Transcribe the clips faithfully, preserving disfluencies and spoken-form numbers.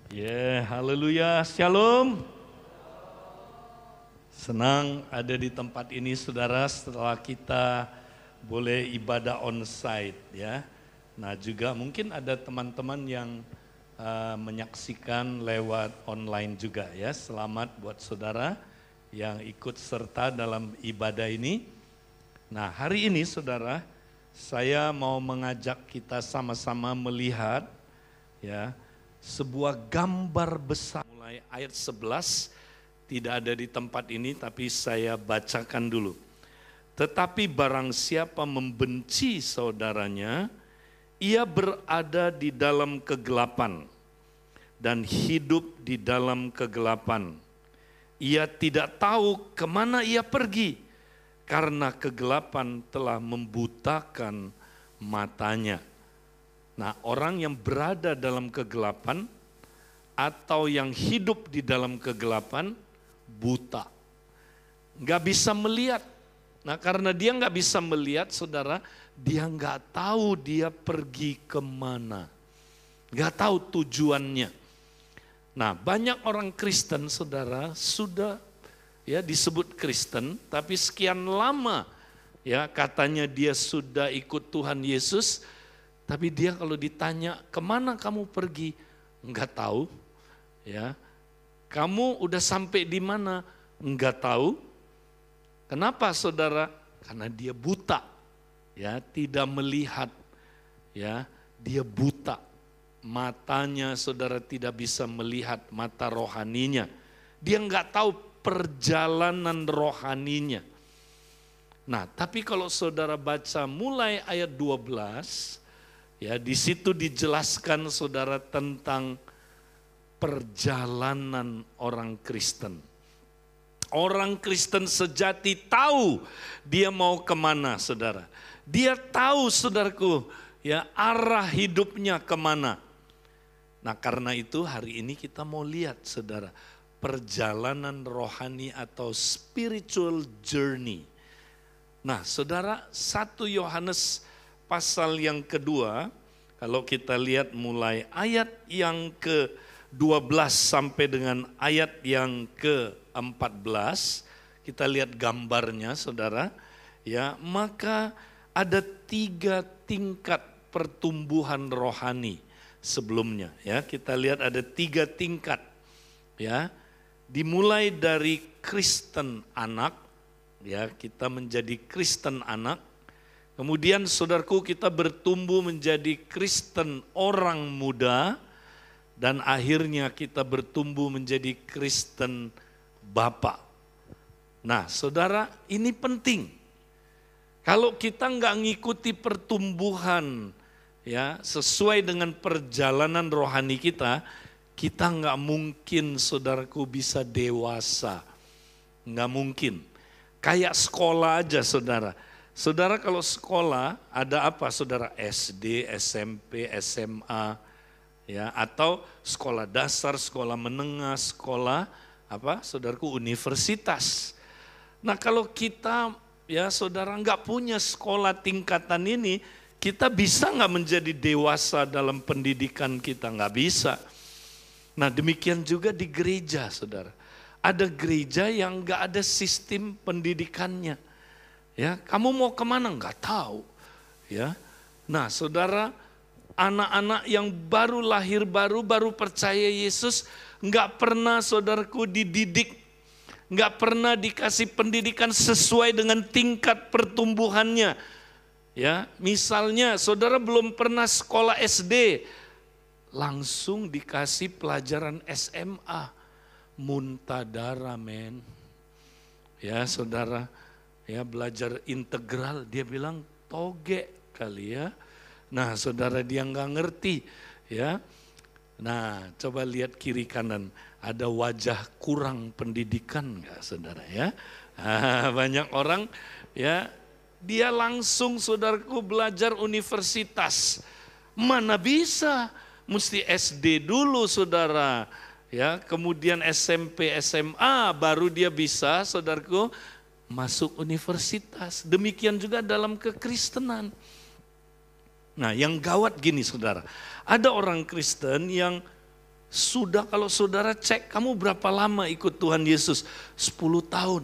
Ya, haleluya, shalom. Senang ada di tempat ini saudara setelah kita boleh ibadah onsite ya. Nah juga mungkin ada teman-teman yang uh, menyaksikan lewat online juga ya. Selamat buat saudara yang ikut serta dalam ibadah ini. Nah hari ini saudara, saya mau mengajak kita sama-sama melihat ya sebuah gambar besar. Mulai ayat sebelas, tidak ada di tempat ini tapi saya bacakan dulu. Tetapi barang siapa membenci saudaranya, ia berada di dalam kegelapan dan hidup di dalam kegelapan. Ia tidak tahu kemana ia pergi karena kegelapan telah membutakan matanya. Nah, orang yang berada dalam kegelapan atau yang hidup di dalam kegelapan buta. Nggak bisa melihat. Nah, karena dia nggak bisa melihat, saudara, dia nggak tahu dia pergi kemana. Nggak tahu tujuannya. Nah, banyak orang Kristen, saudara, sudah ya disebut Kristen, tapi sekian lama ya katanya dia sudah ikut Tuhan Yesus. Tapi dia kalau ditanya, kemana kamu pergi? Enggak tahu. Ya, kamu udah sampai di mana? Enggak tahu. Kenapa saudara? Karena dia buta. Ya, tidak melihat. Ya, dia buta. Matanya saudara tidak bisa melihat mata rohaninya. Dia enggak tahu perjalanan rohaninya. Nah, tapi kalau saudara baca mulai ayat dua belas, ya, di situ dijelaskan saudara tentang perjalanan orang Kristen. Orang Kristen sejati tahu dia mau kemana saudara. Dia tahu saudaraku ya arah hidupnya kemana. Nah karena itu hari ini kita mau lihat saudara perjalanan rohani atau spiritual journey. Nah saudara satu Yohanes pasal yang kedua, kalau kita lihat mulai ayat yang ke dua belas sampai dengan ayat yang ke empat belas, kita lihat gambarnya saudara, ya maka ada tiga tingkat pertumbuhan rohani sebelumnya, ya kita lihat ada tiga tingkat, ya dimulai dari Kristen anak, ya kita menjadi Kristen anak. Kemudian saudaraku kita bertumbuh menjadi Kristen orang muda dan akhirnya kita bertumbuh menjadi Kristen Bapak. Nah saudara ini penting. Kalau kita nggak ngikuti pertumbuhan ya sesuai dengan perjalanan rohani kita, kita nggak mungkin saudaraku bisa dewasa. Nggak mungkin. Kayak sekolah aja saudara. Saudara kalau sekolah ada apa saudara? S D, S M P, S M A, ya atau sekolah dasar, sekolah menengah, sekolah apa? Saudaraku universitas. Nah kalau kita ya saudara nggak punya sekolah tingkatan ini, kita bisa nggak menjadi dewasa dalam pendidikan kita? Nggak bisa. Nah demikian juga di gereja saudara. Ada gereja yang nggak ada sistem pendidikannya. Ya, kamu mau kemana? Enggak tahu. Ya, nah saudara, anak-anak yang baru lahir baru, baru percaya Yesus, enggak pernah saudaraku dididik, enggak pernah dikasih pendidikan sesuai dengan tingkat pertumbuhannya. Ya, misalnya saudara belum pernah sekolah S D, langsung dikasih pelajaran S M A, muntadara men. Ya saudara. Ya belajar integral, dia bilang toge kali ya. Nah saudara dia nggak ngerti ya. Nah coba lihat kiri kanan, ada wajah kurang pendidikan nggak saudara ya. Nah, banyak orang ya dia langsung saudaraku belajar universitas. Mana bisa, mesti S D dulu saudara. Ya kemudian S M P, S M A baru dia bisa saudaraku masuk universitas. Demikian juga dalam kekristenan. Nah yang gawat gini saudara, ada orang Kristen yang Sudah kalau saudara cek, kamu berapa lama ikut Tuhan Yesus? sepuluh tahun.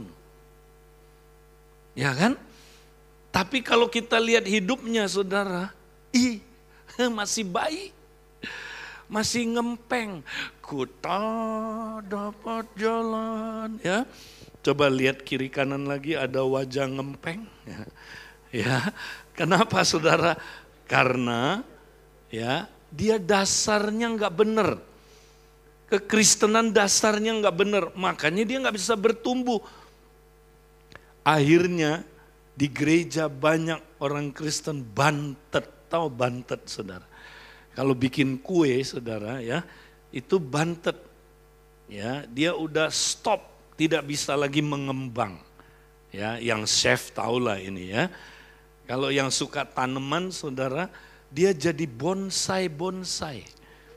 Ya kan? Tapi kalau kita lihat hidupnya saudara, ih masih bayi. Masih ngempeng. Ku tak dapat jalan. Ya, coba lihat kiri kanan lagi ada wajah ngempeng. Ya, ya. Kenapa saudara? Karena ya dia dasarnya nggak benar. Kekristenan dasarnya nggak benar, makanya dia nggak bisa bertumbuh. Akhirnya di gereja banyak orang Kristen bantet, tahu bantet saudara? Kalau bikin kue saudara ya, itu bantet. Ya, dia udah stop, tidak bisa lagi mengembang. Ya, yang chef tahulah ini ya. Kalau yang suka tanaman saudara, dia jadi bonsai-bonsai.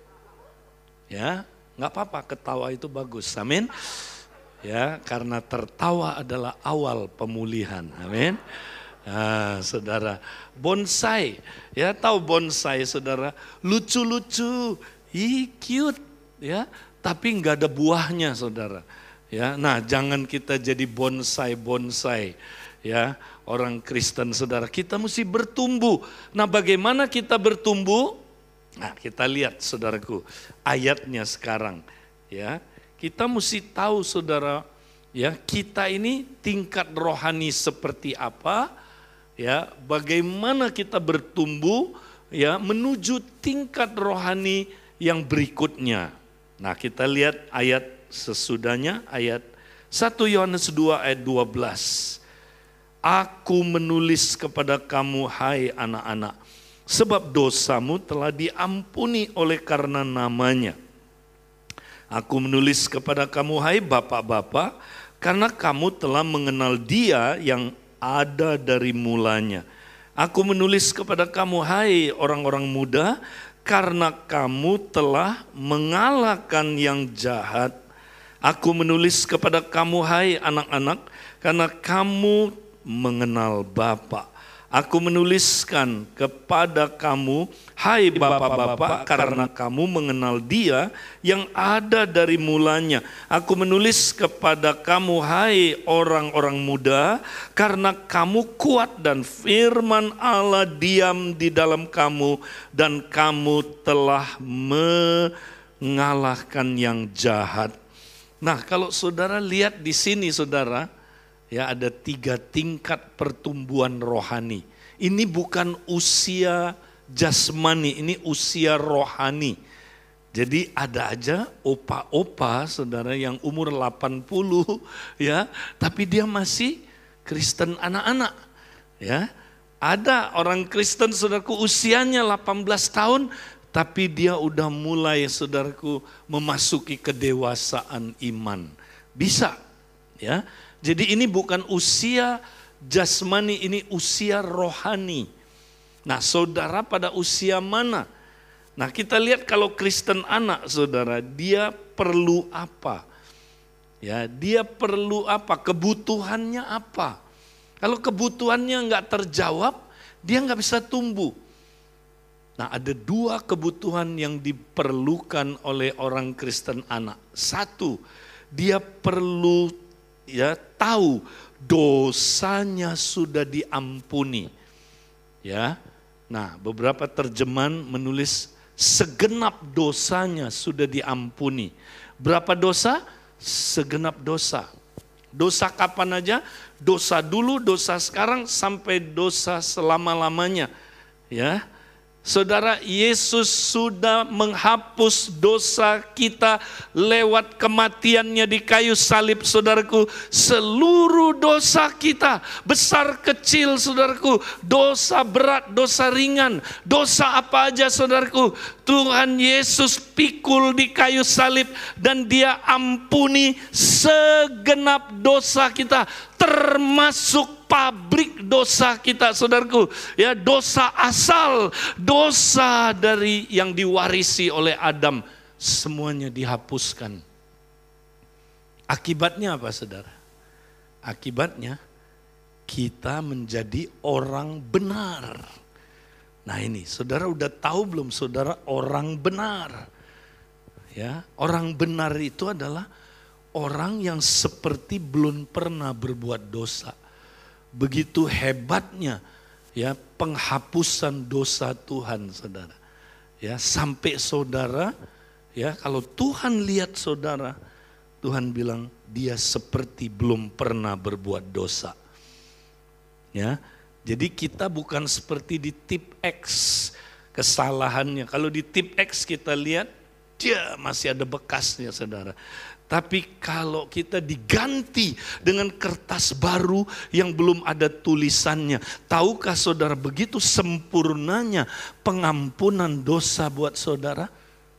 Ya, nggak apa-apa, ketawa itu bagus. Amin. Ya, karena tertawa adalah awal pemulihan. Amin. Nah, saudara, bonsai, ya tahu bonsai saudara, lucu-lucu, ih cute, ya, tapi nggak ada buahnya saudara. Ya, nah jangan kita jadi bonsai-bonsai, ya orang Kristen saudara, kita mesti bertumbuh. Nah bagaimana kita bertumbuh? Nah kita lihat saudaraku, ayatnya sekarang, ya. Kita mesti tahu saudara, ya kita ini tingkat rohani seperti apa, ya bagaimana kita bertumbuh, ya menuju tingkat rohani yang berikutnya. Nah kita lihat ayat sesudahnya, ayat satu Yohanes dua ayat dua belas. Aku menulis kepada kamu hai anak-anak, sebab dosamu telah diampuni oleh karena namanya. Aku menulis kepada kamu hai bapak-bapak, karena kamu telah mengenal Dia yang ada dari mulanya. Aku menulis kepada kamu hai orang-orang muda, karena kamu telah mengalahkan yang jahat. Aku menulis kepada kamu hai anak-anak, karena kamu mengenal Bapa. Aku menuliskan kepada kamu, hai bapak-bapak, karena kamu mengenal Dia yang ada dari mulanya. Aku menulis kepada kamu, hai orang-orang muda, karena kamu kuat dan firman Allah diam di dalam kamu, dan kamu telah mengalahkan yang jahat. Nah, kalau saudara lihat di sini saudara, ya ada tiga tingkat pertumbuhan rohani. Ini bukan usia jasmani, ini usia rohani. Jadi ada aja opa-opa saudara yang umur delapan puluh ya, tapi dia masih Kristen anak-anak. Ya, ada orang Kristen saudaraku usianya delapan belas tahun, tapi dia udah mulai saudaraku memasuki kedewasaan iman. Bisa, ya. Jadi ini bukan usia jasmani, ini usia rohani. Nah saudara pada usia mana? Nah kita lihat kalau Kristen anak saudara, dia perlu apa? Ya, dia perlu apa? Kebutuhannya apa? Kalau kebutuhannya nggak terjawab, dia nggak bisa tumbuh. Nah ada dua kebutuhan yang diperlukan oleh orang Kristen anak. Satu, dia perlu ya tahu dosanya sudah diampuni. Ya. Nah, beberapa terjemahan menulis segenap dosanya sudah diampuni. Berapa dosa? Segenap dosa. Dosa kapan aja? Dosa dulu, dosa sekarang sampai dosa selama-lamanya. Ya. Saudara, Yesus sudah menghapus dosa kita lewat kematiannya di kayu salib, saudaraku. Seluruh dosa kita, besar kecil, saudaraku. Dosa berat, dosa ringan, dosa apa aja, saudaraku. Tuhan Yesus pikul di kayu salib dan Dia ampuni segenap dosa kita, termasuk pabrik dosa kita, saudaraku. Ya, dosa asal, dosa dari yang diwarisi oleh Adam, semuanya dihapuskan. Akibatnya apa, saudara? Akibatnya kita menjadi orang benar. Nah ini, saudara udah tahu belum, saudara, orang benar? Ya, orang benar itu adalah orang yang seperti belum pernah berbuat dosa. Begitu hebatnya ya penghapusan dosa Tuhan, saudara. Ya, sampai saudara ya kalau Tuhan lihat saudara, Tuhan bilang dia seperti belum pernah berbuat dosa. Ya. Jadi kita bukan seperti di tip X kesalahannya. Kalau di tip X kita lihat dia masih ada bekasnya, saudara. Tapi kalau kita diganti dengan kertas baru yang belum ada tulisannya. Tahukah saudara begitu sempurnanya pengampunan dosa buat saudara?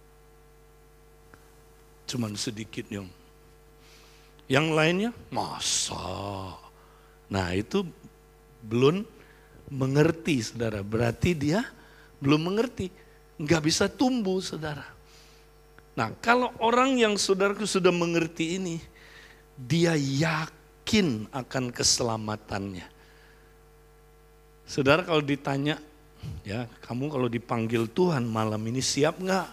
Cuman sedikit yang. Yang lainnya masa. Nah itu belum mengerti, saudara. Berarti dia belum mengerti. Nggak bisa tumbuh, saudara. Nah, kalau orang yang saudaraku sudah mengerti ini, dia yakin akan keselamatannya. Saudara kalau ditanya, ya kamu kalau dipanggil Tuhan malam ini siap nggak?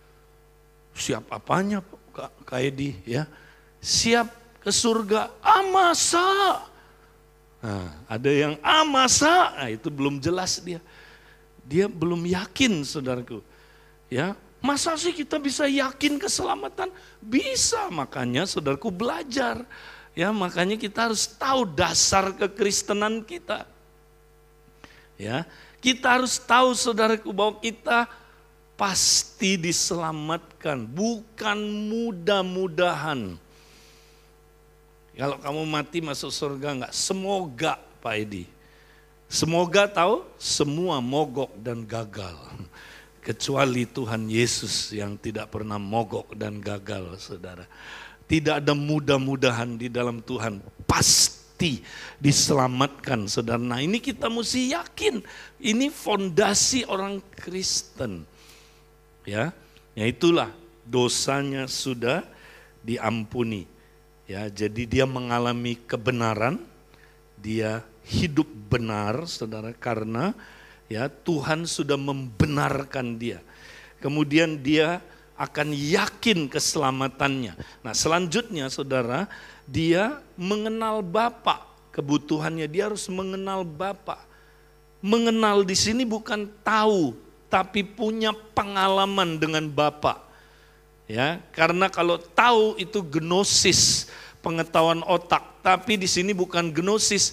Siap apanya Kak Edi? Ya, siap ke surga. Ah masa? Nah, ada yang ah masa? Nah, itu belum jelas dia. Dia belum yakin, saudaraku. Ya. Masa sih kita bisa yakin keselamatan? Bisa, makanya saudaraku belajar. Ya, makanya kita harus tahu dasar kekristenan kita. Ya, kita harus tahu saudaraku bahwa kita pasti diselamatkan, bukan mudah-mudahan. Kalau kamu mati masuk surga enggak? Semoga, Pak Edi. Semoga tahu semua mogok dan gagal. Kecuali Tuhan Yesus yang tidak pernah mogok dan gagal, saudara. Tidak ada mudah-mudahan di dalam Tuhan. Pasti diselamatkan, saudara. Nah ini kita mesti yakin. Ini fondasi orang Kristen. Ya, ya itulah dosanya sudah diampuni. Ya, jadi dia mengalami kebenaran. Dia hidup benar, saudara, karena ya Tuhan sudah membenarkan dia. Kemudian dia akan yakin keselamatannya. Nah selanjutnya saudara, dia mengenal Bapa. Kebutuhannya dia harus mengenal Bapa. Mengenal di sini bukan tahu, tapi punya pengalaman dengan Bapa. Ya, karena kalau tahu itu gnosis, pengetahuan otak. Tapi di sini bukan gnosis,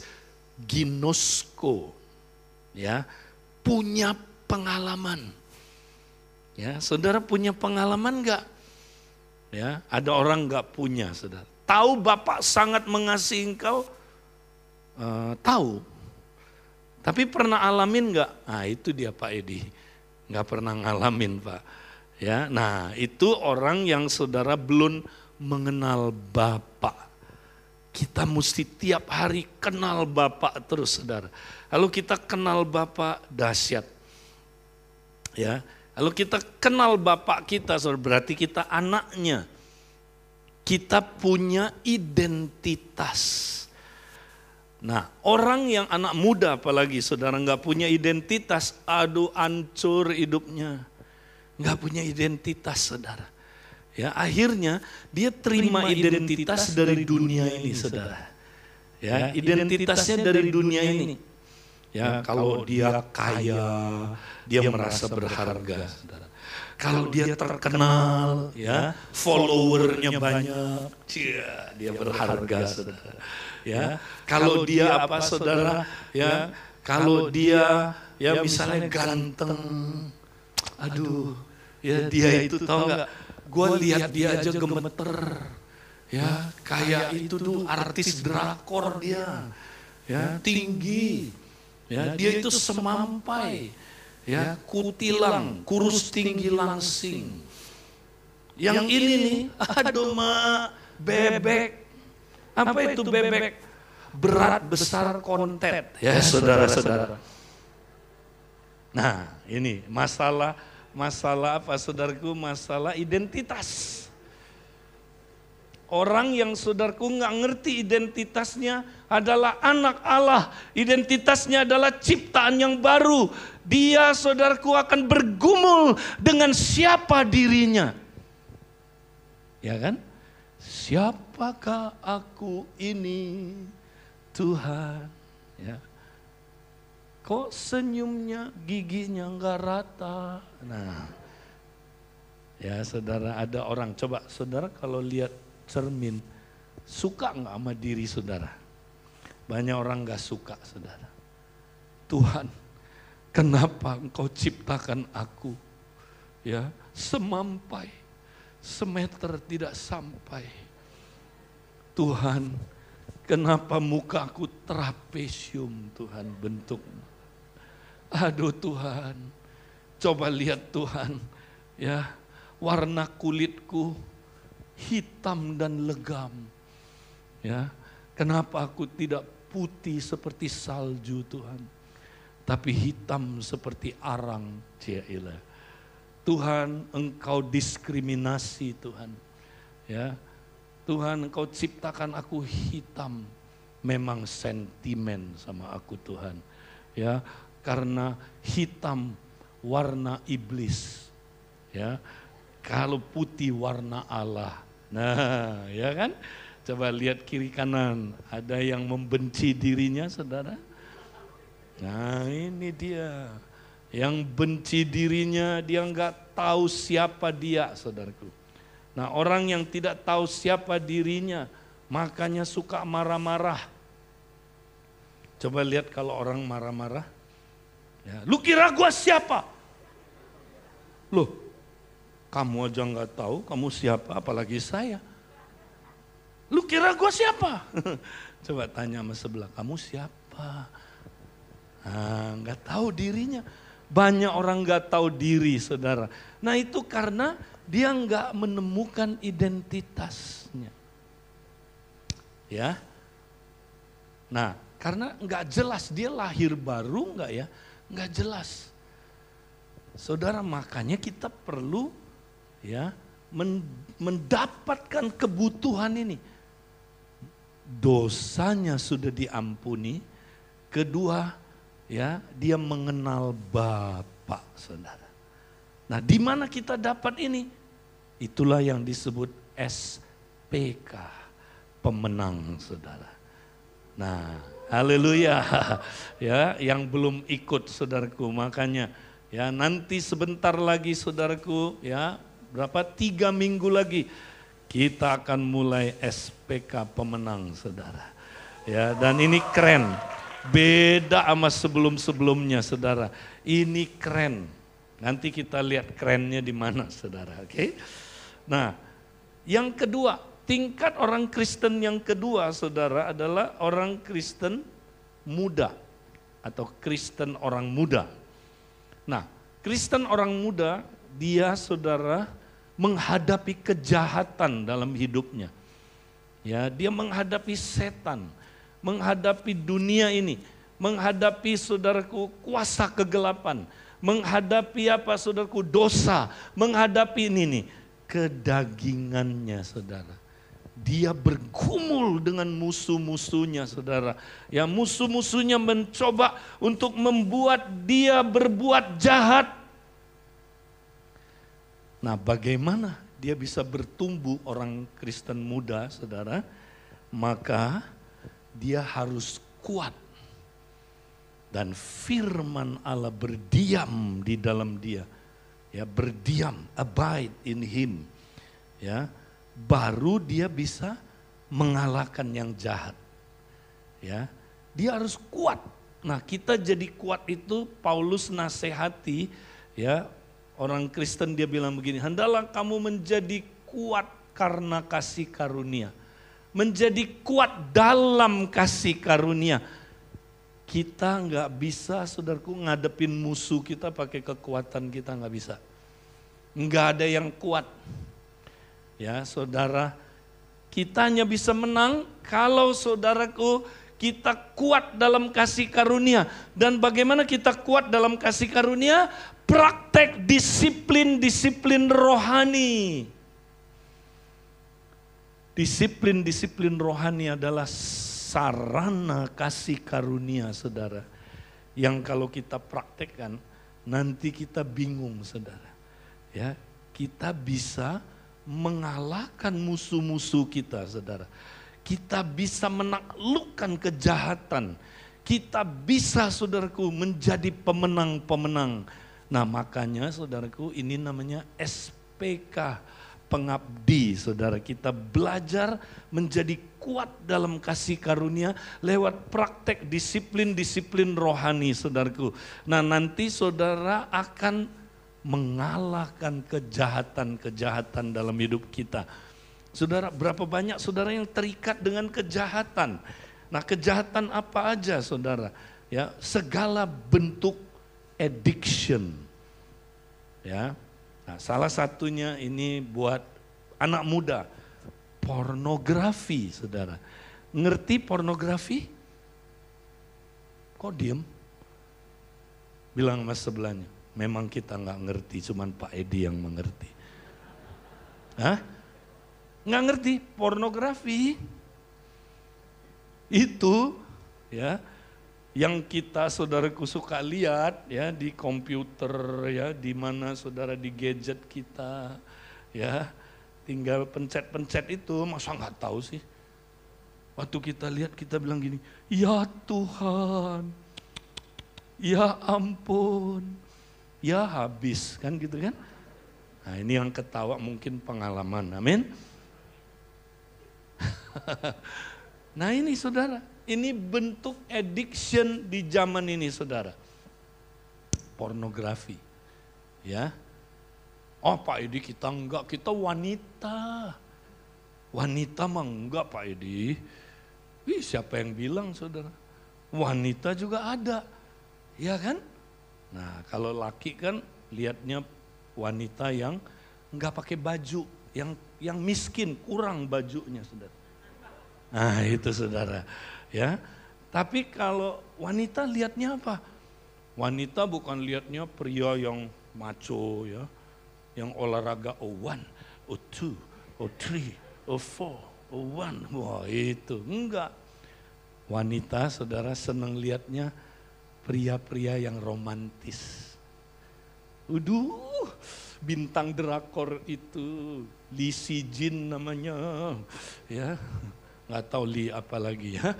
ginosko. Ya, punya pengalaman. Ya, saudara punya pengalaman enggak? Ya, ada orang enggak punya, saudara. Tahu Bapak sangat mengasihi engkau? Uh, tahu. Tapi pernah alamin enggak? Nah, itu dia Pak Edi. Enggak pernah ngalamin, Pak. Ya, nah, itu orang yang saudara belum mengenal Bapak. Kita mesti tiap hari kenal Bapak terus, saudara. Kalau kita kenal Bapak, dahsyat. Ya, kalau kita kenal Bapak kita, saudara, berarti kita anaknya. Kita punya identitas. Nah, orang yang anak muda apalagi, saudara, nggak punya identitas, aduh hancur hidupnya. Nggak punya identitas, saudara. Ya, akhirnya dia terima identitas dari dunia ini, saudara. Ya, identitasnya dari dunia ini. Ya, kalau dia kaya, dia merasa berharga, saudara. Kalau dia terkenal, ya, followernya banyak, dia berharga, saudara. Ya, kalau dia apa, saudara? Ya, kalau dia, ya misalnya ganteng, aduh, ya dia itu tahu nggak? Gue lihat dia aja gemeter, ya kayak itu tuh artis drakor dia, ya tinggi, ya dia itu semampai, ya kutilang, kurus tinggi langsing. Yang ini nih, aduh mak, bebek, apa itu bebek? Berat besar kontet, ya saudara-saudara. Nah ini masalah. Masalah apa, saudaraku? Masalah identitas. Orang yang saudaraku nggak ngerti identitasnya adalah anak Allah. Identitasnya adalah ciptaan yang baru. Dia, saudaraku, akan bergumul dengan siapa dirinya. Ya kan? Siapakah aku ini Tuhan? Ya. Kok senyumnya giginya enggak rata? Nah, ya saudara, ada orang, coba saudara kalau lihat cermin, suka enggak sama diri saudara? Banyak orang enggak suka saudara. Tuhan, kenapa engkau ciptakan aku? Ya, semampai, semeter tidak sampai. Tuhan, kenapa mukaku trapesium Tuhan bentukmu? Aduh Tuhan, coba lihat Tuhan, ya warna kulitku hitam dan legam. Ya, kenapa aku tidak putih seperti salju Tuhan, tapi hitam seperti arang. Cielah. Tuhan, engkau diskriminasi Tuhan. Ya, Tuhan, engkau ciptakan aku hitam. Memang sentimen sama aku Tuhan. Ya, karena hitam warna iblis. Ya, kalau putih warna Allah. Nah, ya kan? Coba lihat kiri kanan, ada yang membenci dirinya, saudara? Nah, ini dia. Yang benci dirinya, dia enggak tahu siapa dia, saudaraku. Nah, orang yang tidak tahu siapa dirinya, makanya suka marah-marah. Coba lihat kalau orang marah-marah. Ya, lu kira gua siapa? Loh, kamu aja nggak tahu kamu siapa, apalagi saya. Lu kira gua siapa? Coba tanya sama sebelah, kamu siapa? Nah, nggak tahu dirinya. Banyak orang nggak tahu diri, saudara. Nah itu karena dia nggak menemukan identitasnya. Ya. Nah, karena nggak jelas dia lahir baru nggak ya? Nggak jelas. Saudara, makanya kita perlu ya mendapatkan kebutuhan ini. Dosanya sudah diampuni. Kedua, ya dia mengenal Bapa, saudara. Nah, di mana kita dapat ini? Itulah yang disebut S P K, pemenang, saudara. Nah, haleluya. Ya, yang belum ikut saudaraku, makanya ya nanti sebentar lagi saudaraku, ya berapa tiga minggu lagi kita akan mulai S P K pemenang, saudara. Ya, dan ini keren, beda sama sebelum-sebelumnya, saudara. Ini keren. Nanti kita lihat kerennya di mana, saudara. Oke? Okay? Nah, yang kedua, tingkat orang Kristen yang kedua, saudara, adalah orang Kristen muda atau Kristen orang muda. Nah, Kristen orang muda, dia, saudara, menghadapi kejahatan dalam hidupnya. Ya, dia menghadapi setan, menghadapi dunia ini, menghadapi, saudaraku, kuasa kegelapan, menghadapi apa, saudaraku, dosa, menghadapi ini nih, kedagingannya, saudara. Dia bergumul dengan musuh-musuhnya, saudara. Ya, musuh-musuhnya mencoba untuk membuat dia berbuat jahat. Nah, bagaimana dia bisa bertumbuh orang Kristen muda, saudara? Maka dia harus kuat. Dan firman Allah berdiam di dalam dia. Ya, berdiam, abide in him. Ya, baru dia bisa mengalahkan yang jahat. Ya, dia harus kuat. Nah, kita jadi kuat itu Paulus nasihati, ya, orang Kristen, dia bilang begini, hendaklah kamu menjadi kuat karena kasih karunia. Menjadi kuat dalam kasih karunia. Kita nggak bisa, saudaraku, ngadepin musuh kita pakai kekuatan kita, nggak bisa. Nggak ada yang kuat. Ya, saudara, kita hanya bisa menang kalau, saudaraku, kita kuat dalam kasih karunia. Dan bagaimana kita kuat dalam kasih karunia? Praktek disiplin-disiplin rohani. Disiplin-disiplin rohani adalah sarana kasih karunia, saudara. Yang kalau kita praktekkan, nanti kita bingung, saudara. Ya, kita bisa mengalahkan musuh-musuh kita, saudara. Kita bisa menaklukkan kejahatan. Kita bisa, saudaraku, menjadi pemenang-pemenang. Nah makanya, saudaraku, ini namanya S P K, pengabdi, saudara. Kita belajar menjadi kuat dalam kasih karunia lewat praktek disiplin-disiplin rohani, saudaraku. Nah nanti saudara akan mengalahkan kejahatan-kejahatan dalam hidup kita. Saudara, berapa banyak saudara yang terikat dengan kejahatan? Nah, kejahatan apa aja, saudara? Ya, segala bentuk addiction. Ya. Nah, salah satunya ini buat anak muda, pornografi, saudara. Ngerti pornografi? Kok diem? Bilang mas sebelahnya, memang kita nggak ngerti, cuman Pak Edi yang mengerti. Hah? Nggak ngerti pornografi itu ya yang kita saudaraku suka lihat ya di komputer ya, di mana saudara di gadget kita ya, tinggal pencet-pencet itu, masa nggak tahu sih? Waktu kita lihat kita bilang gini, ya Tuhan, ya ampun, ya habis, kan gitu kan? Nah ini yang ketawa mungkin pengalaman, amin. Nah ini saudara, ini bentuk addiction di zaman ini saudara. Pornografi. Ya. Oh Pak Edi kita enggak, kita wanita. Wanita mah enggak Pak Edi. Wih siapa yang bilang saudara? Wanita juga ada. Ya kan? Nah kalau laki kan lihatnya wanita yang enggak pakai baju. Yang yang miskin, kurang bajunya saudara. Nah itu saudara ya. Tapi kalau wanita lihatnya apa? Wanita bukan lihatnya pria yang macho ya. Yang olahraga oh one, oh two, oh three, oh four, oh one. Wah itu enggak. Wanita saudara senang lihatnya pria-pria yang romantis. Uduh, bintang drakor itu Lee Si Jin namanya, ya nggak tahu Lee apa lagi ya.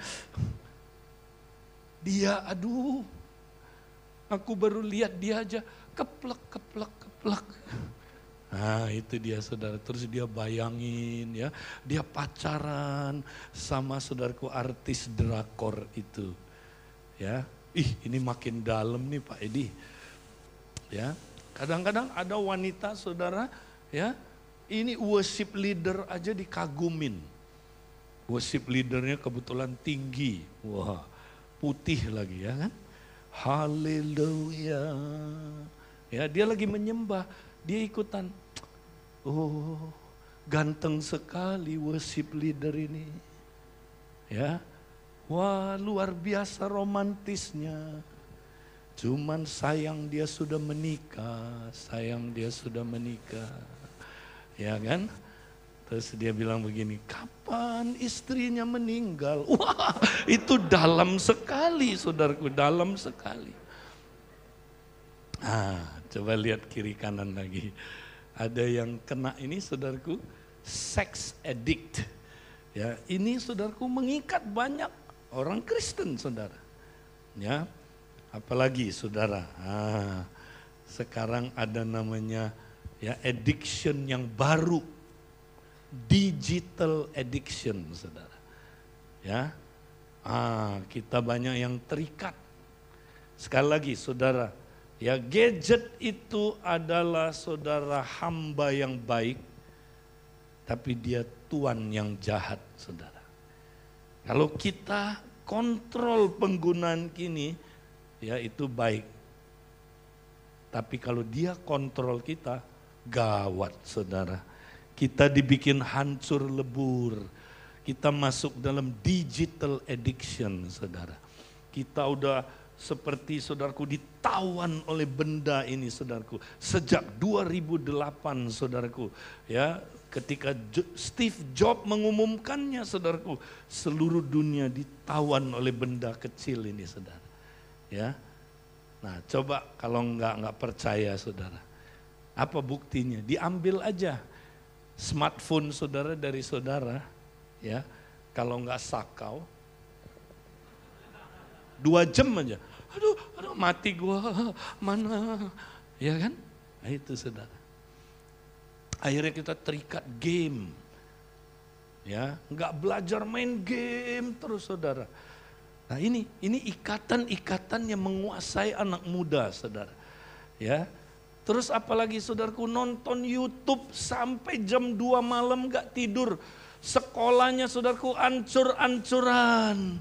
Dia, aduh, aku baru lihat dia aja keplek, keplek, keplek. Nah itu dia saudara, terus dia bayangin ya, dia pacaran sama saudaraku artis drakor itu, ya. Ih ini makin dalam nih Pak Edi, ya. Kadang-kadang ada wanita saudara ya, ini worship leader aja dikagumin. Worship leadernya kebetulan tinggi, wah putih lagi ya kan. Haleluya. Ya dia lagi menyembah, dia ikutan. Oh ganteng sekali worship leader ini. Ya, wah luar biasa romantisnya. Cuman sayang dia sudah menikah, sayang dia sudah menikah, ya kan? Terus dia bilang begini, kapan istrinya meninggal? Wah itu dalam sekali saudaraku, dalam sekali. Ah, coba lihat kiri kanan lagi. Ada yang kena ini saudaraku, sex addict. Ya, ini saudaraku mengikat banyak orang Kristen saudara. Ya. Apalagi saudara, ah, sekarang ada namanya ya addiction yang baru, digital addiction saudara. Ya, ah, kita banyak yang terikat. Sekali lagi saudara, ya gadget itu adalah saudara hamba yang baik, tapi dia tuan yang jahat saudara. Kalau kita kontrol penggunaan kini, ya itu baik. Tapi kalau dia kontrol kita, gawat saudara. Kita dibikin hancur lebur. Kita masuk dalam digital addiction saudara. Kita udah seperti saudaraku ditawan oleh benda ini saudaraku. Sejak dua ribu delapan saudaraku. Ya, ketika Steve Jobs mengumumkannya saudaraku. Seluruh dunia ditawan oleh benda kecil ini saudara. Ya, nah coba kalau nggak nggak percaya saudara, apa buktinya? Diambil aja smartphone saudara dari saudara, ya, kalau nggak sakau, dua jam aja, aduh, aduh mati gua, mana, ya kan? Nah, itu saudara. Akhirnya kita terikat game, ya, nggak belajar main game terus saudara. Nah ini, ini ikatan-ikatan yang menguasai anak muda saudara, ya. Terus apalagi saudaraku nonton YouTube sampai jam dua malam gak tidur. Sekolahnya saudaraku ancur-ancuran.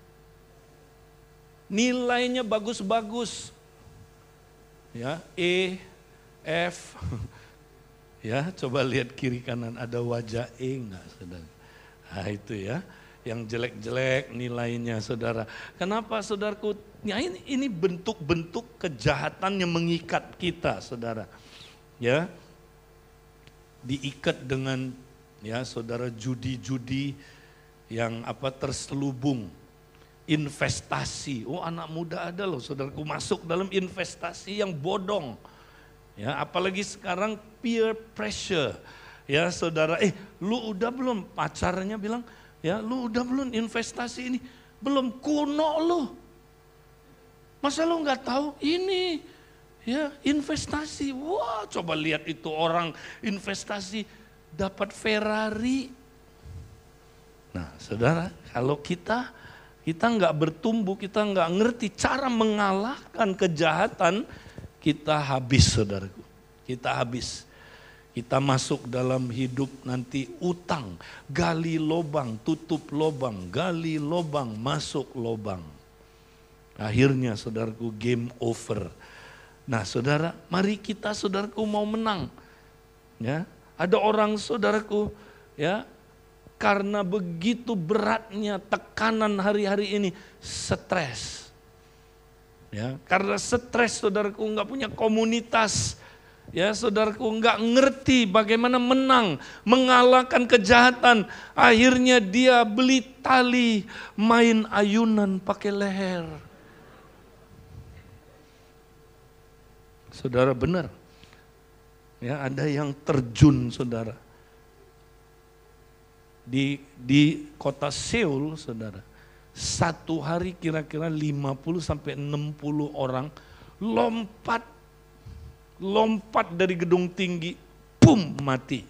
Nilainya bagus-bagus. Ya, E, F. Ya, coba lihat kiri kanan ada wajah E enggak saudara. Nah itu ya, yang jelek-jelek nilainya saudara. Kenapa saudaraku? Ya ini, ini bentuk-bentuk kejahatan yang mengikat kita saudara. Ya, diikat dengan ya saudara judi-judi yang apa terselubung. Investasi, oh anak muda ada loh saudaraku masuk dalam investasi yang bodong. Ya, apalagi sekarang peer pressure. Ya saudara, eh lu udah belum, pacarnya bilang, ya lu udah belum investasi ini? Belum, kuno lu. Masa lu nggak tahu ini ya investasi? Wah, coba lihat itu orang investasi dapat Ferrari. Nah, saudara, kalau kita kita nggak bertumbuh, kita nggak ngerti cara mengalahkan kejahatan, kita habis, saudaraku. Kita habis. Kita masuk dalam hidup nanti utang, gali lobang, tutup lobang, gali lobang, masuk lobang. Akhirnya saudaraku game over. Nah saudara, mari kita saudaraku mau menang. Ya, ada orang saudaraku ya karena begitu beratnya tekanan hari-hari ini, stres. Ya, karena stres saudaraku nggak punya komunitas. Ya saudaraku nggak ngerti bagaimana menang, mengalahkan kejahatan. Akhirnya dia beli tali, main ayunan pakai leher. Saudara benar, ya ada yang terjun saudara. Di, di kota Seoul saudara, satu hari kira-kira lima puluh sampai enam puluh orang lompat, lompat dari gedung tinggi, pum mati.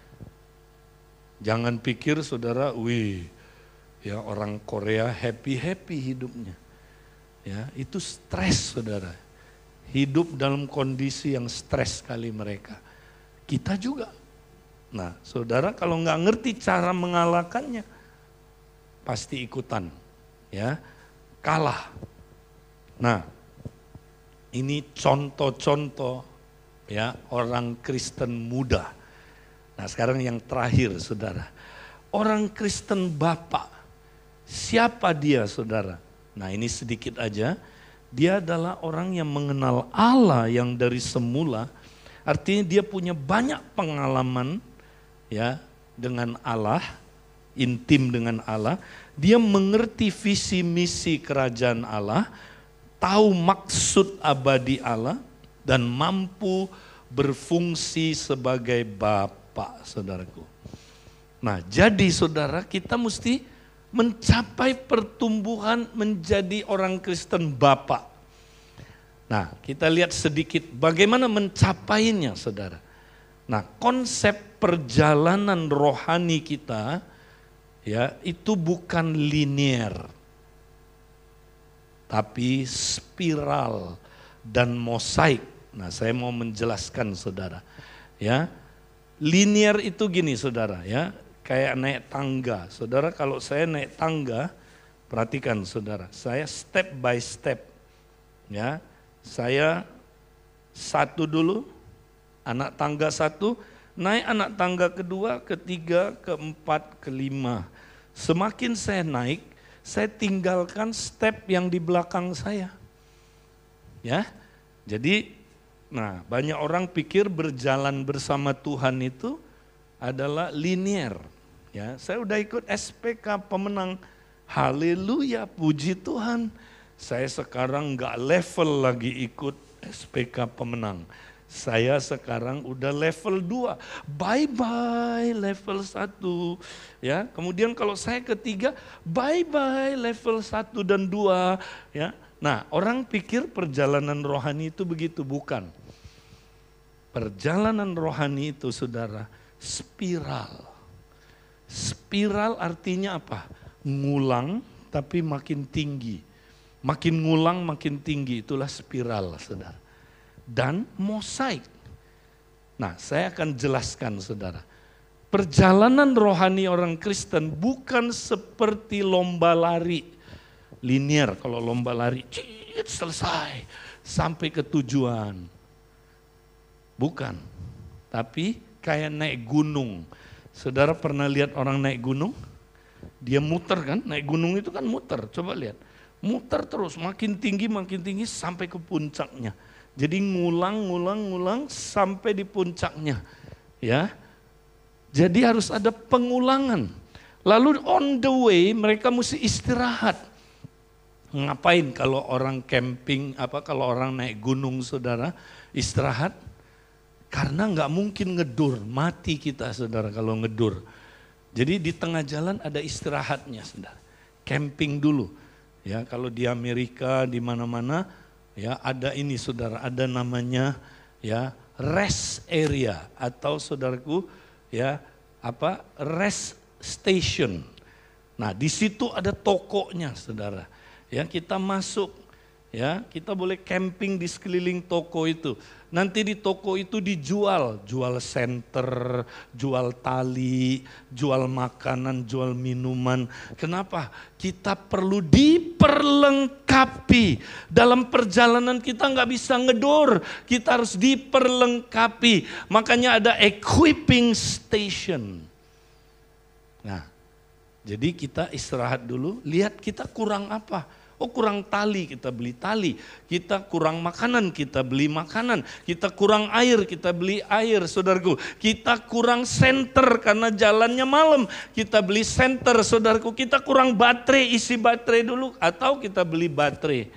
Jangan pikir saudara, wih ya orang Korea happy-happy hidupnya. Ya itu stres saudara. Hidup dalam kondisi yang stres kali mereka. Kita juga. Nah saudara kalau nggak ngerti cara mengalahkannya, pasti ikutan. Ya, kalah. Nah ini contoh-contoh ya orang Kristen muda. Nah sekarang yang terakhir saudara. Orang Kristen Bapak. Siapa dia saudara? Nah ini sedikit aja. Dia adalah orang yang mengenal Allah yang dari semula, artinya dia punya banyak pengalaman ya dengan Allah, intim dengan Allah. Dia mengerti visi misi kerajaan Allah, tahu maksud abadi Allah dan mampu berfungsi sebagai Bapa, saudaraku. Nah, jadi saudara kita mesti mencapai pertumbuhan menjadi orang Kristen Bapak. Nah, kita lihat sedikit bagaimana mencapainya, saudara. Nah, konsep perjalanan rohani kita ya itu bukan linear, tapi spiral dan mosaik. Nah, saya mau menjelaskan, saudara. Ya, linear itu gini, saudara. Ya. Kayak naik tangga, saudara. Kalau saya naik tangga, perhatikan saudara, saya step by step, ya. Saya satu dulu, anak tangga satu, naik anak tangga kedua, ketiga, keempat, kelima. Semakin saya naik, saya tinggalkan step yang di belakang saya, ya. Jadi, nah banyak orang pikir berjalan bersama Tuhan itu adalah linear. Ya, saya udah ikut S P K pemenang, haleluya, puji Tuhan. Saya sekarang nggak level lagi ikut S P K pemenang. Saya sekarang udah level dua, bye-bye level satu. Ya, kemudian kalau saya ketiga, bye-bye level satu dan dua. Ya, nah orang pikir perjalanan rohani itu begitu, bukan. Perjalanan rohani itu saudara, spiral. Spiral artinya apa? Ngulang tapi makin tinggi. Makin ngulang makin tinggi, itulah spiral saudara. Dan mosaik. Nah, saya akan jelaskan saudara. Perjalanan rohani orang Kristen bukan seperti lomba lari linear. Kalau lomba lari, cit, selesai sampai ke tujuan. Bukan. Tapi kayak naik gunung. Saudara pernah lihat orang naik gunung? Dia muter kan, naik gunung itu kan muter. Coba lihat. Muter terus, makin tinggi, makin tinggi sampai ke puncaknya. Jadi ngulang, ngulang, ngulang sampai di puncaknya, ya. Jadi harus ada pengulangan. Lalu on the way mereka mesti istirahat. Ngapain kalau orang camping, apa kalau orang naik gunung saudara, istirahat? Karena nggak mungkin ngedur, mati kita saudara kalau ngedur. Jadi di tengah jalan ada istirahatnya saudara. Camping dulu, ya kalau di Amerika di mana-mana. Ya, ada ini saudara, ada namanya ya rest area atau saudaraku ya apa rest station. Nah, di situ ada tokonya saudara. Ya, kita masuk ya, kita boleh camping di sekeliling toko itu. Nanti di toko itu dijual, jual senter, jual tali, jual makanan, jual minuman. Kenapa? Kita perlu diperlengkapi. Dalam perjalanan kita nggak bisa ngedur, kita harus diperlengkapi. Makanya ada equipping station. Nah, jadi kita istirahat dulu, lihat kita kurang apa. Oh kurang tali, kita beli tali. Kita kurang makanan, kita beli makanan. Kita kurang air, kita beli air, saudaraku. Kita kurang senter karena jalannya malam. Kita beli senter, saudaraku. Kita kurang baterai, isi baterai dulu. Atau kita beli baterai.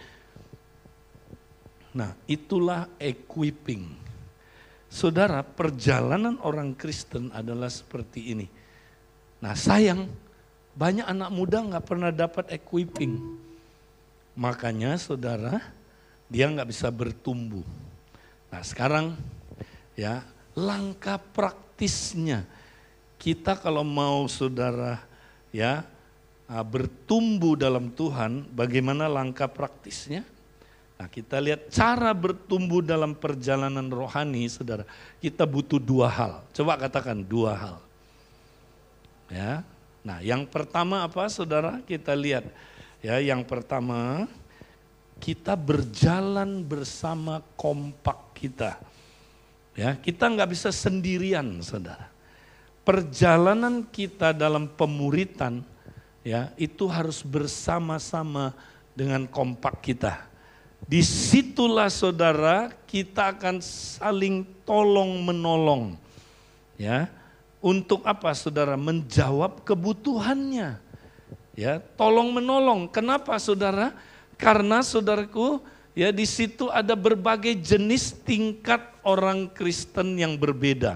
Nah, itulah equipping. Saudara, perjalanan orang Kristen adalah seperti ini. Nah, sayang, banyak anak muda nggak pernah dapat equipping. Makanya saudara, dia nggak bisa bertumbuh. Nah sekarang ya langkah praktisnya kita kalau mau saudara ya bertumbuh dalam Tuhan, bagaimana langkah praktisnya? Nah kita lihat cara bertumbuh dalam perjalanan rohani saudara, kita butuh dua hal. Coba katakan dua hal. Ya, nah yang pertama apa saudara? Kita lihat. Ya, yang pertama kita berjalan bersama kompak kita. Ya, kita nggak bisa sendirian, saudara. Perjalanan kita dalam pemuritan, ya, itu harus bersama-sama dengan kompak kita. Disitulah, saudara, kita akan saling tolong menolong, ya, untuk apa, saudara? Menjawab kebutuhannya. Ya, tolong menolong. Kenapa saudara? Karena saudaraku, ya di situ ada berbagai jenis tingkat orang Kristen yang berbeda.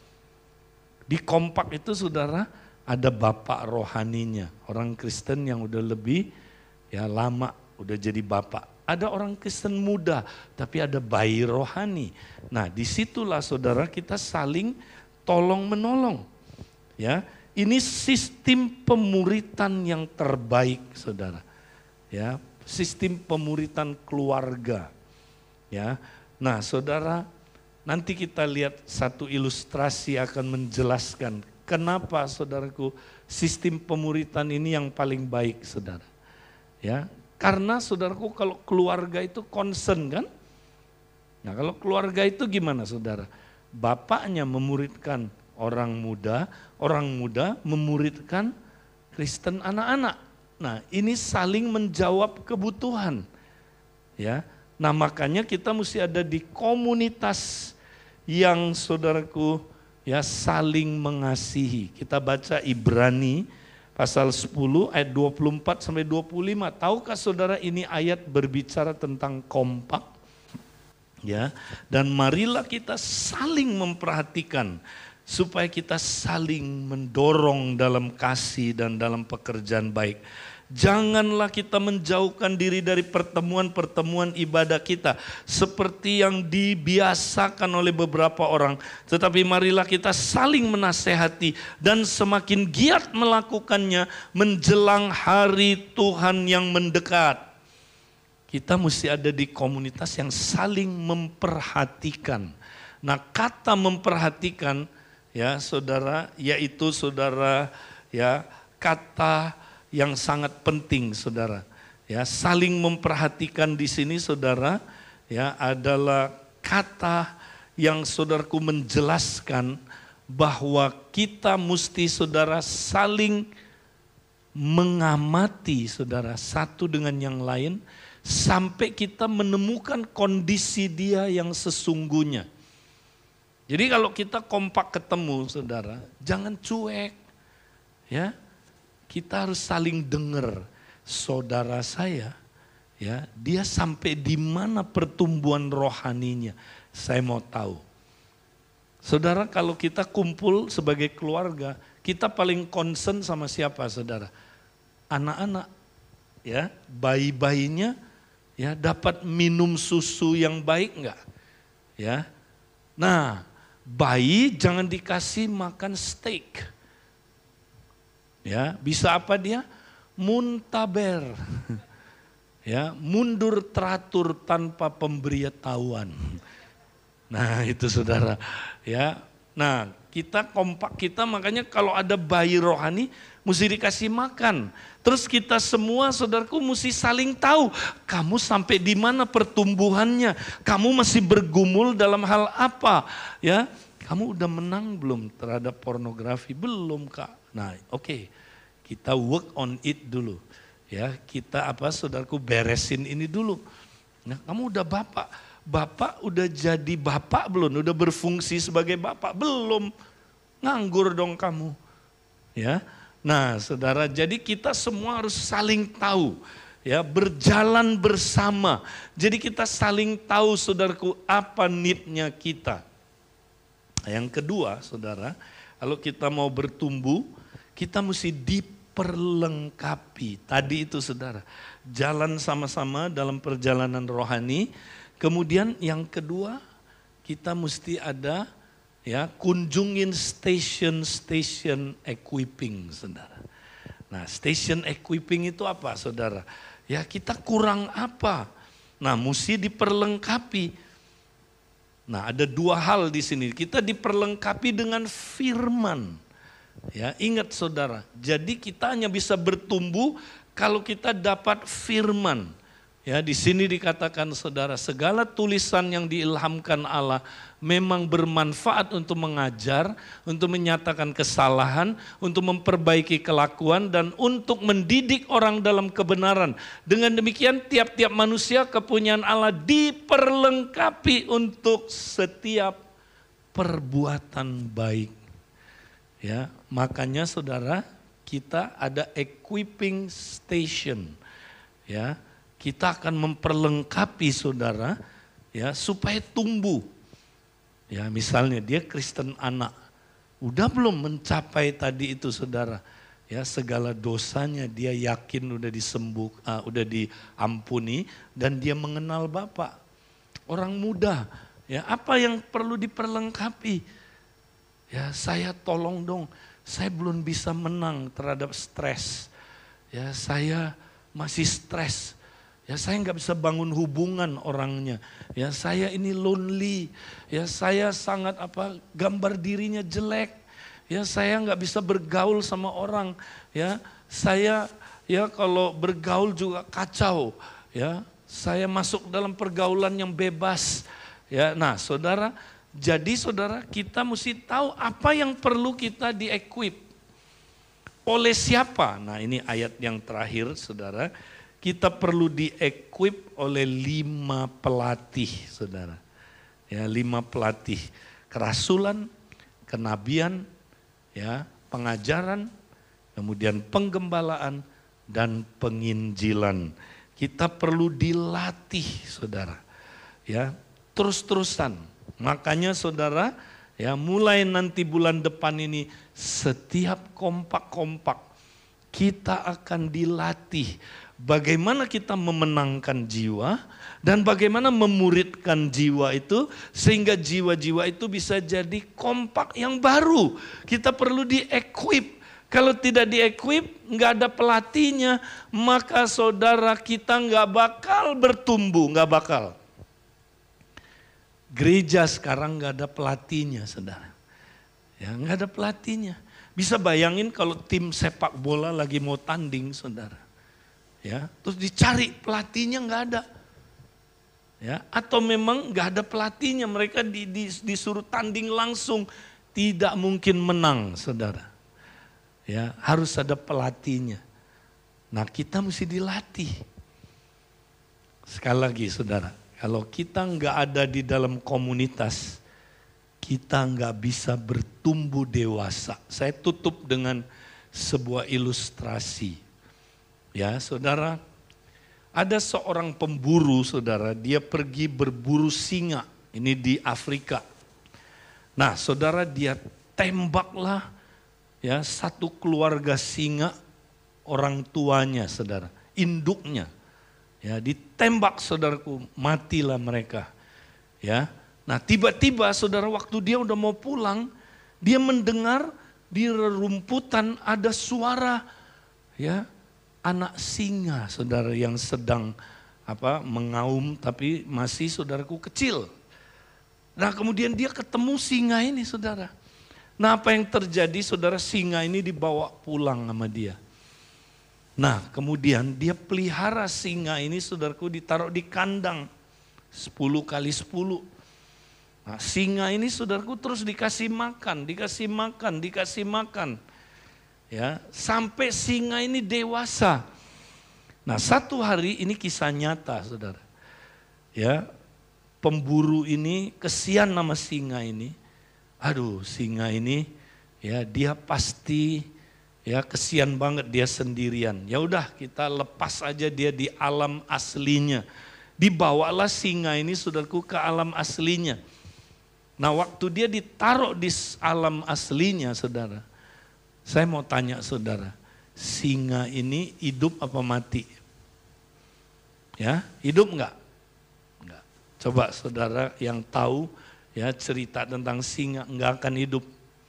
Di kompak itu saudara ada bapak rohaninya, orang Kristen yang udah lebih ya lama udah jadi bapak. Ada orang Kristen muda, tapi ada bayi rohani. Nah, disitulah saudara kita saling tolong menolong. Ya. Ini sistem pemuritan yang terbaik, saudara. Ya, sistem pemuritan keluarga. Ya, nah, saudara, nanti kita lihat satu ilustrasi akan menjelaskan kenapa, saudaraku, sistem pemuritan ini yang paling baik, saudara. Ya, karena, saudaraku, kalau keluarga itu concern kan? Nah, kalau keluarga itu gimana, saudara? Bapaknya memuridkan orang muda, orang muda memuridkan Kristen anak-anak. Nah, ini saling menjawab kebutuhan. Ya. Nah, makanya kita mesti ada di komunitas yang saudaraku ya saling mengasihi. Kita baca Ibrani pasal sepuluh ayat dua puluh empat sampai dua puluh lima. Tahukah saudara ini ayat berbicara tentang kompak? Ya, dan marilah kita saling memperhatikan supaya kita saling mendorong dalam kasih dan dalam pekerjaan baik. Janganlah kita menjauhkan diri dari pertemuan-pertemuan ibadah kita seperti yang dibiasakan oleh beberapa orang, tetapi marilah kita saling menasehati dan semakin giat melakukannya menjelang hari Tuhan yang mendekat. Kita mesti ada di komunitas yang saling memperhatikan. Nah, kata memperhatikan ya saudara, yaitu saudara ya kata yang sangat penting saudara. Ya, saling memperhatikan di sini saudara ya adalah kata yang saudaraku menjelaskan bahwa kita mesti saudara saling mengamati saudara satu dengan yang lain sampai kita menemukan kondisi dia yang sesungguhnya. Jadi kalau kita kompak ketemu saudara, jangan cuek. Ya, kita harus saling dengar. Saudara saya, ya, dia sampai di mana pertumbuhan rohaninya. Saya mau tahu. Saudara, kalau kita kumpul sebagai keluarga, kita paling concern sama siapa saudara? Anak-anak, ya, bayi-bayinya, ya, dapat minum susu yang baik enggak? Ya. Nah, bayi jangan dikasih makan steak. Ya, bisa apa dia? Muntaber. Ya, mundur teratur tanpa pemberitahuan. Nah, itu saudara, ya. Nah, kita kompak kita makanya kalau ada bayi rohani mesti dikasih makan. Terus kita semua saudaraku mesti saling tahu kamu sampai di mana pertumbuhannya. Kamu masih bergumul dalam hal apa, ya? Kamu udah menang belum terhadap pornografi? Belum, Kak. Nah, oke. Okay. Kita work on it dulu. Ya, kita apa saudaraku beresin ini dulu. Nah, kamu udah bapak. Bapak udah jadi bapak belum? Udah berfungsi sebagai bapak? Belum. Nganggur dong kamu. Ya. Nah, saudara, jadi kita semua harus saling tahu, ya, berjalan bersama. Jadi kita saling tahu, saudaraku, apa need-nya kita. Yang kedua, saudara, kalau kita mau bertumbuh, kita mesti diperlengkapi. Tadi itu, saudara, jalan sama-sama dalam perjalanan rohani. Kemudian yang kedua, kita mesti ada, ya, kunjungin station-station equipping, saudara. Nah, station equipping itu apa, saudara? Ya, kita kurang apa? Nah, mesti diperlengkapi. Nah, ada dua hal di sini. Kita diperlengkapi dengan firman. Ya, ingat saudara, jadi kita hanya bisa bertumbuh kalau kita dapat firman. Ya, di sini dikatakan saudara, segala tulisan yang diilhamkan Allah memang bermanfaat untuk mengajar, untuk menyatakan kesalahan, untuk memperbaiki kelakuan, dan untuk mendidik orang dalam kebenaran. Dengan demikian tiap-tiap manusia kepunyaan Allah diperlengkapi untuk setiap perbuatan baik. Ya, makanya saudara, kita ada equipping station. Ya, kita akan memperlengkapi saudara, ya, supaya tumbuh. Ya, misalnya dia Kristen anak, udah belum mencapai tadi itu saudara, ya, segala dosanya dia yakin udah disembuh, uh, udah diampuni dan dia mengenal Bapa. Orang muda, ya, apa yang perlu diperlengkapi? Ya, saya tolong dong, saya belum bisa menang terhadap stres. Ya, saya masih stres. Ya, saya nggak bisa bangun hubungan orangnya. Ya, saya ini lonely. Ya, saya sangat apa gambar dirinya jelek. Ya, saya nggak bisa bergaul sama orang. Ya, saya ya kalau bergaul juga kacau. Ya, saya masuk dalam pergaulan yang bebas. Ya, nah saudara, jadi saudara kita mesti tahu apa yang perlu kita di-equip. Oleh siapa? Nah, ini ayat yang terakhir saudara. Kita perlu di-equip oleh lima pelatih, saudara. Ya, lima pelatih. Kerasulan, kenabian, ya, pengajaran, kemudian penggembalaan, dan penginjilan. Kita perlu dilatih, saudara. Ya, terus-terusan. Makanya saudara, ya mulai nanti bulan depan ini setiap kompak-kompak kita akan dilatih bagaimana kita memenangkan jiwa dan bagaimana memuridkan jiwa itu sehingga jiwa-jiwa itu bisa jadi kompak yang baru. Kita perlu di-equip. Kalau tidak di-equip, nggak ada pelatihnya, maka saudara kita nggak bakal bertumbuh, nggak bakal. Gereja sekarang nggak ada pelatihnya, saudara. Ya, nggak ada pelatihnya. Bisa bayangin kalau tim sepak bola lagi mau tanding, saudara. Ya, terus dicari pelatihnya nggak ada. Ya, atau memang nggak ada pelatihnya, mereka di, di, disuruh tanding langsung, tidak mungkin menang, saudara. Ya, harus ada pelatihnya. Nah, kita mesti dilatih. Sekali lagi, saudara. Kalau kita nggak ada di dalam komunitas, kita nggak bisa bertumbuh dewasa. Saya tutup dengan sebuah ilustrasi. Ya, saudara, ada seorang pemburu, saudara, dia pergi berburu singa. Ini di Afrika. Nah, saudara, dia tembaklah ya satu keluarga singa, orang tuanya, saudara, induknya. Ya, ditembak, saudaraku, matilah mereka. Ya. Nah, tiba-tiba saudara waktu dia udah mau pulang, dia mendengar di rerumputan ada suara ya anak singa, saudara, yang sedang apa mengaum tapi masih, saudaraku, kecil. Nah, kemudian dia ketemu singa ini, saudara. Nah, apa yang terjadi, saudara, singa ini dibawa pulang sama dia. Nah, kemudian dia pelihara singa ini, saudaraku, ditaruh di kandang sepuluh kali sepuluh. Nah, singa ini, saudaraku, terus dikasih makan, dikasih makan, dikasih makan. Ya, sampai singa ini dewasa. Nah, satu hari, ini kisah nyata, saudara. Ya, pemburu ini kesian nama singa ini. Aduh, singa ini ya dia pasti ya kesian banget dia sendirian. Ya udah, kita lepas aja dia di alam aslinya. Dibawalah singa ini, saudaraku, ke alam aslinya. Nah, waktu dia ditaruh di alam aslinya, saudara, saya mau tanya saudara, singa ini hidup apa mati? Ya, hidup enggak? Enggak. Coba saudara yang tahu ya cerita tentang singa, enggak akan hidup.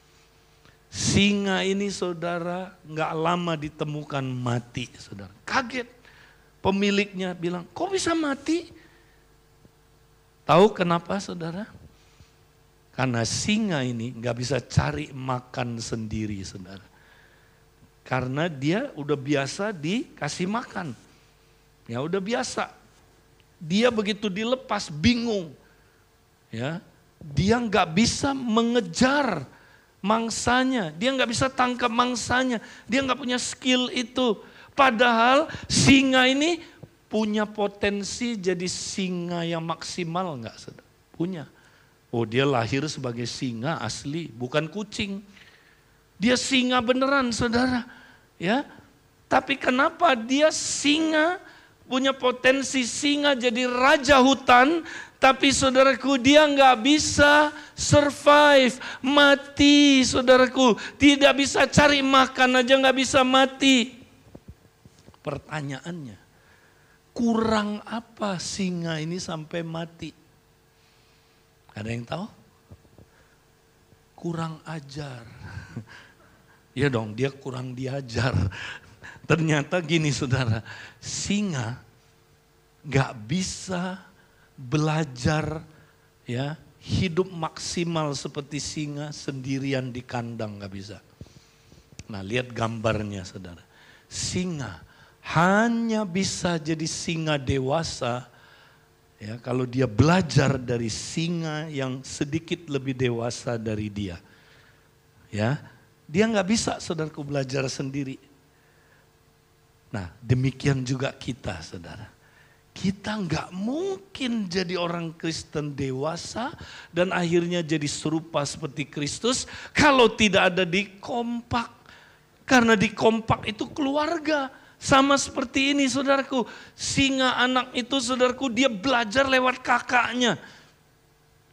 Singa ini, saudara, enggak lama ditemukan mati, saudara. Kaget. Pemiliknya bilang, kok bisa mati? Tahu kenapa, saudara? Karena singa ini enggak bisa cari makan sendiri, saudara. Karena dia udah biasa dikasih makan. Ya udah biasa. Dia begitu dilepas bingung. Ya, dia nggak bisa mengejar mangsanya, dia nggak bisa tangkap mangsanya, dia nggak punya skill itu. Padahal singa ini punya potensi jadi singa yang maksimal, nggak? Punya. Oh, dia lahir sebagai singa asli, bukan kucing. Dia singa beneran, saudara. Ya, tapi kenapa dia singa, punya potensi singa jadi raja hutan? Tapi saudaraku, dia nggak bisa survive, mati, saudaraku. Tidak bisa cari makan aja nggak bisa mati. Pertanyaannya, kurang apa singa ini sampai mati? Ada yang tahu? Kurang ajar. Ya dong, dia kurang diajar. Ternyata gini, saudara, singa nggak bisa belajar ya hidup maksimal seperti singa sendirian di kandang, nggak bisa. Nah, lihat gambarnya, saudara. Singa hanya bisa jadi singa dewasa ya kalau dia belajar dari singa yang sedikit lebih dewasa dari dia. Ya, dia nggak bisa, saudaraku, belajar sendiri. Nah, demikian juga kita, saudara. Kita nggak mungkin jadi orang Kristen dewasa dan akhirnya jadi serupa seperti Kristus kalau tidak ada di kompak. Karena di kompak itu keluarga. Sama seperti ini, saudaraku. Singa anak itu, saudaraku, dia belajar lewat kakaknya.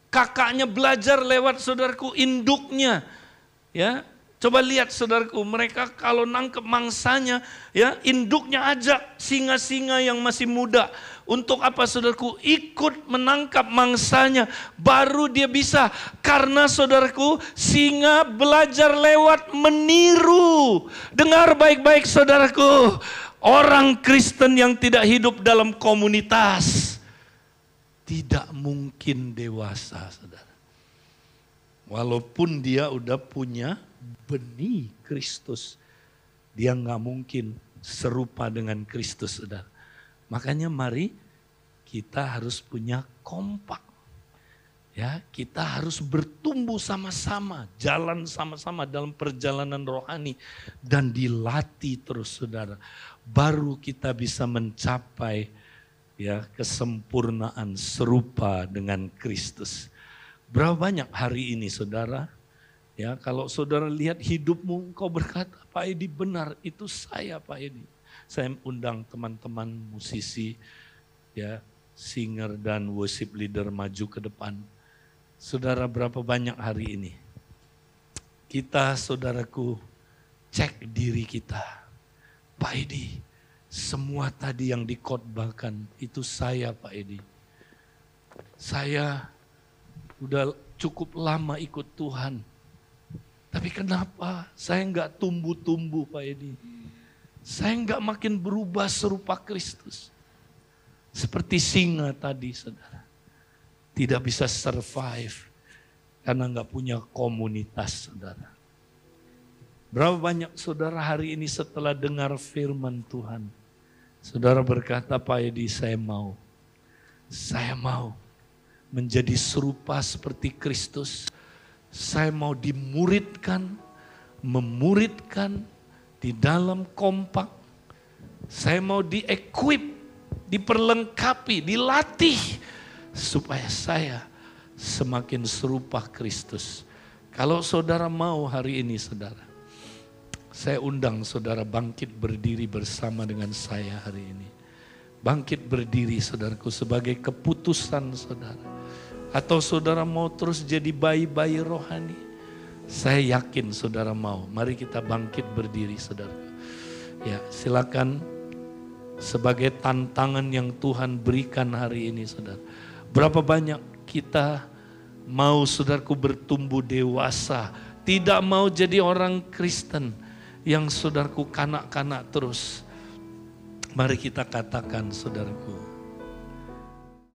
Kakaknya belajar lewat saudaraku induknya. Ya, coba lihat saudaraku, mereka kalau nangkep mangsanya, ya induknya ajak singa-singa yang masih muda. Untuk apa saudaraku? Ikut menangkap mangsanya, baru dia bisa. Karena saudaraku, singa belajar lewat meniru. Dengar baik-baik saudaraku, orang Kristen yang tidak hidup dalam komunitas tidak mungkin dewasa, saudara. Walaupun dia udah punya benih Kristus, dia nggak mungkin serupa dengan Kristus, saudara. Makanya mari kita harus punya kompak. Ya, kita harus bertumbuh sama-sama, jalan sama-sama dalam perjalanan rohani dan dilatih terus, saudara. Baru kita bisa mencapai ya kesempurnaan serupa dengan Kristus. Berapa banyak hari ini saudara, ya kalau saudara lihat hidupmu, engkau berkata, Pak Edi benar, itu saya Pak Edi. Saya undang teman-teman musisi, ya singer dan worship leader maju ke depan. Saudara, berapa banyak hari ini kita saudaraku cek diri kita. Pak Edi, semua tadi yang dikhotbahkan itu saya Pak Edi. Saya udah cukup lama ikut Tuhan. Tapi kenapa saya enggak tumbuh-tumbuh Pak Edi? Saya enggak makin berubah serupa Kristus. Seperti singa tadi saudara. Tidak bisa survive karena enggak punya komunitas saudara. Berapa banyak saudara hari ini setelah dengar firman Tuhan. Saudara berkata, Pak Edi saya mau. Saya mau menjadi serupa seperti Kristus. Saya mau dimuridkan, memuridkan di dalam kompak. Saya mau di-equip, diperlengkapi, dilatih. Supaya saya semakin serupa Kristus. Kalau saudara mau hari ini saudara. Saya undang saudara bangkit berdiri bersama dengan saya hari ini. Bangkit berdiri saudaraku sebagai keputusan saudara. Atau saudara mau terus jadi bayi-bayi rohani. Saya yakin saudara mau. Mari kita bangkit berdiri saudara. Ya silakan sebagai tantangan yang Tuhan berikan hari ini saudara. Berapa banyak kita mau saudaraku bertumbuh dewasa. Tidak mau jadi orang Kristen yang saudaraku kanak-kanak terus. Mari kita katakan saudaraku.